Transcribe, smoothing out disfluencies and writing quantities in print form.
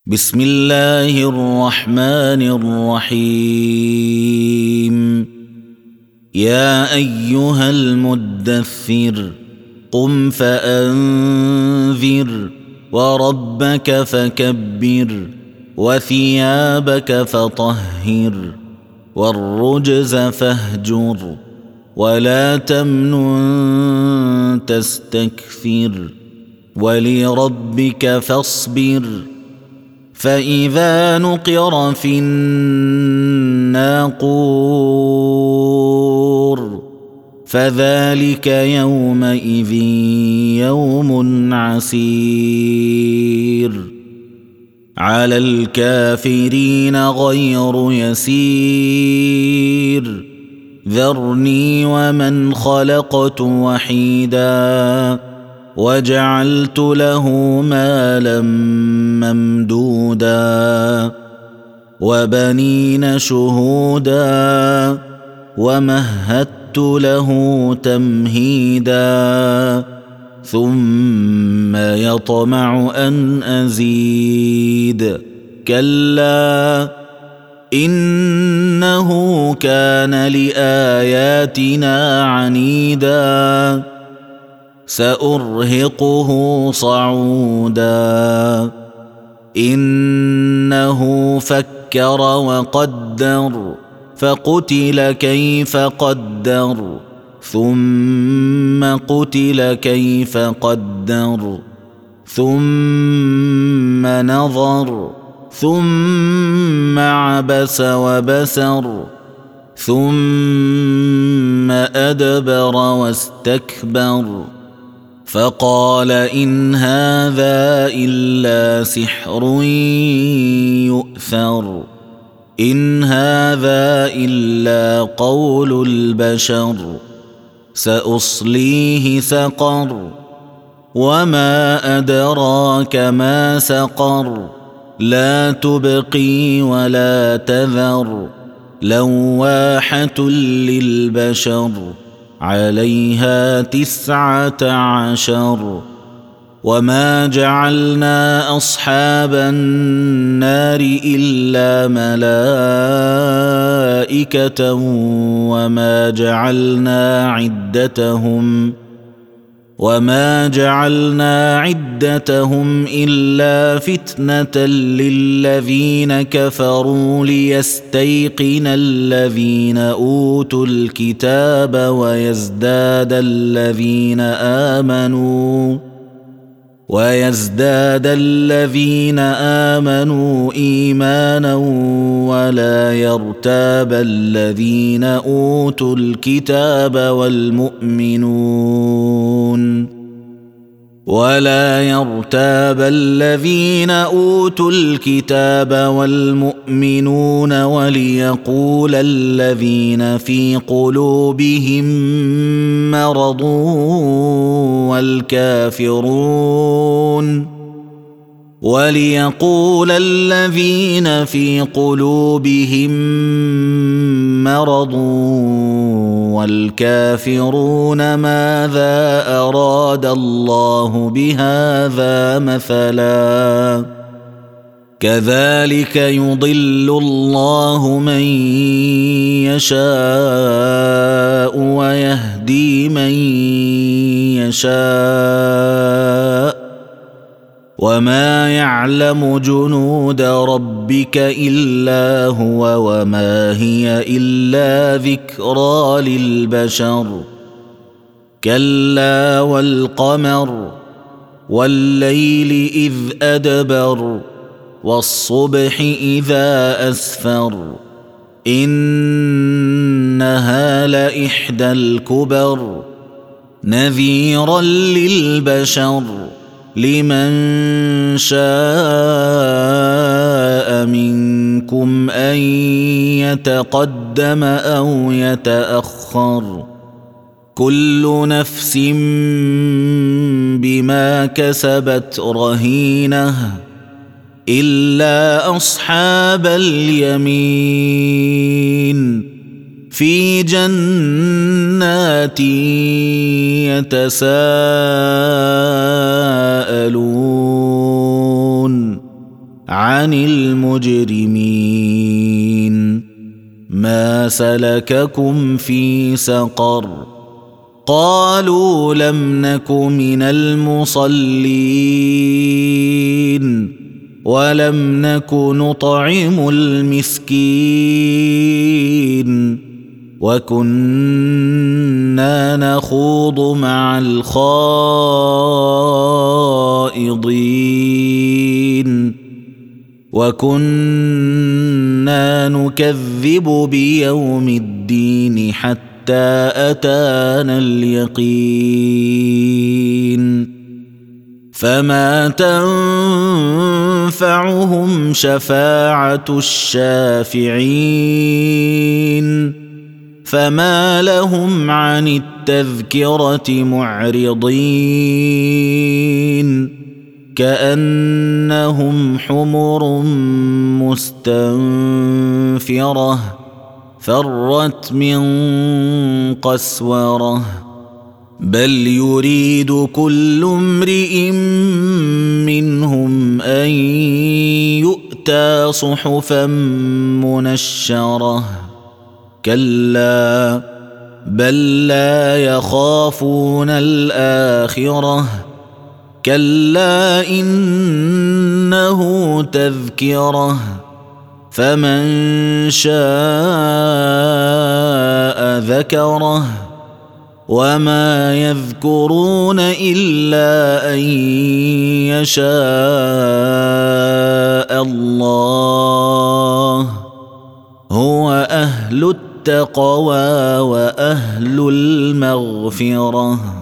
بسم الله الرحمن الرحيم. يا أيها المدثر قم فأنذر وربك فكبر وثيابك فطهر والرجز فاهجر ولا تمنن تستكثر ولربك فاصبر. فإذا نقر في الناقور فذلك يومئذ يوم عسير على الكافرين غير يسير. ذرني ومن خلقت وحيدا وجعلت له مالا ممدودا وبنين شهودا ومهدت له تمهيدا ثم يطمع أن أزيد. كلا إنه كان لآياتنا عنيدا سأرهقه صعودا. إنه فكر وقدر فقتل كيف قدر ثم قتل كيف قدر ثم نظر ثم عبس وبسر ثم أدبر واستكبر فقال إن هذا إلا سحر يؤثر إن هذا إلا قول البشر سأصليه سقر وما أدراك ما سقر لا تبقي ولا تذر لواحة للبشر عليها 19. وما جعلنا أصحاب النار إلا ملائكة وما جعلنا عدتهم إلا فتنة للذين كفروا ليستيقن الذين أوتوا الكتاب ويزداد الذين آمنوا إيمانا ولا يرتاب الذين أوتوا الكتاب والمؤمنون وليقول الذين في قلوبهم مرض والكافرون ماذا أراد الله بهذا مثلا كذلك يضل الله من يشاء ويهدي من يشاء وما يعلم جنود ربك إلا هو وما هي إلا ذكرى للبشر. كلا والقمر والليل إذ أدبر والصبح إذا أسفر إنها لإحدى الكبر نذيرا للبشر لمن شاء منكم أن يتقدم أو يتأخر كل نفس بما كسبت رهينة إلا أصحاب اليمين في جنات يتساءلون عن المجرمين ما سلككم في سقر قالوا لم نك من المصلين ولم نك نطعم المسكين وكنا نخوض مع الخائضين وكنا نكذب بيوم الدين حتى أتانا اليقين فما تنفعهم شفاعة الشافعين فما لهم عن التذكرة معرضين كأنهم حمر مستنفرة فرت من قسورة بل يريد كل امرئ منهم أن يؤتى صحفا منشرة كلا بل لا يخافون الآخرة كلا إنه تذكرة فمن شاء ذكره وما يذكرون إلا أن يشاء الله هو أهل التقوى وأهل المغفرة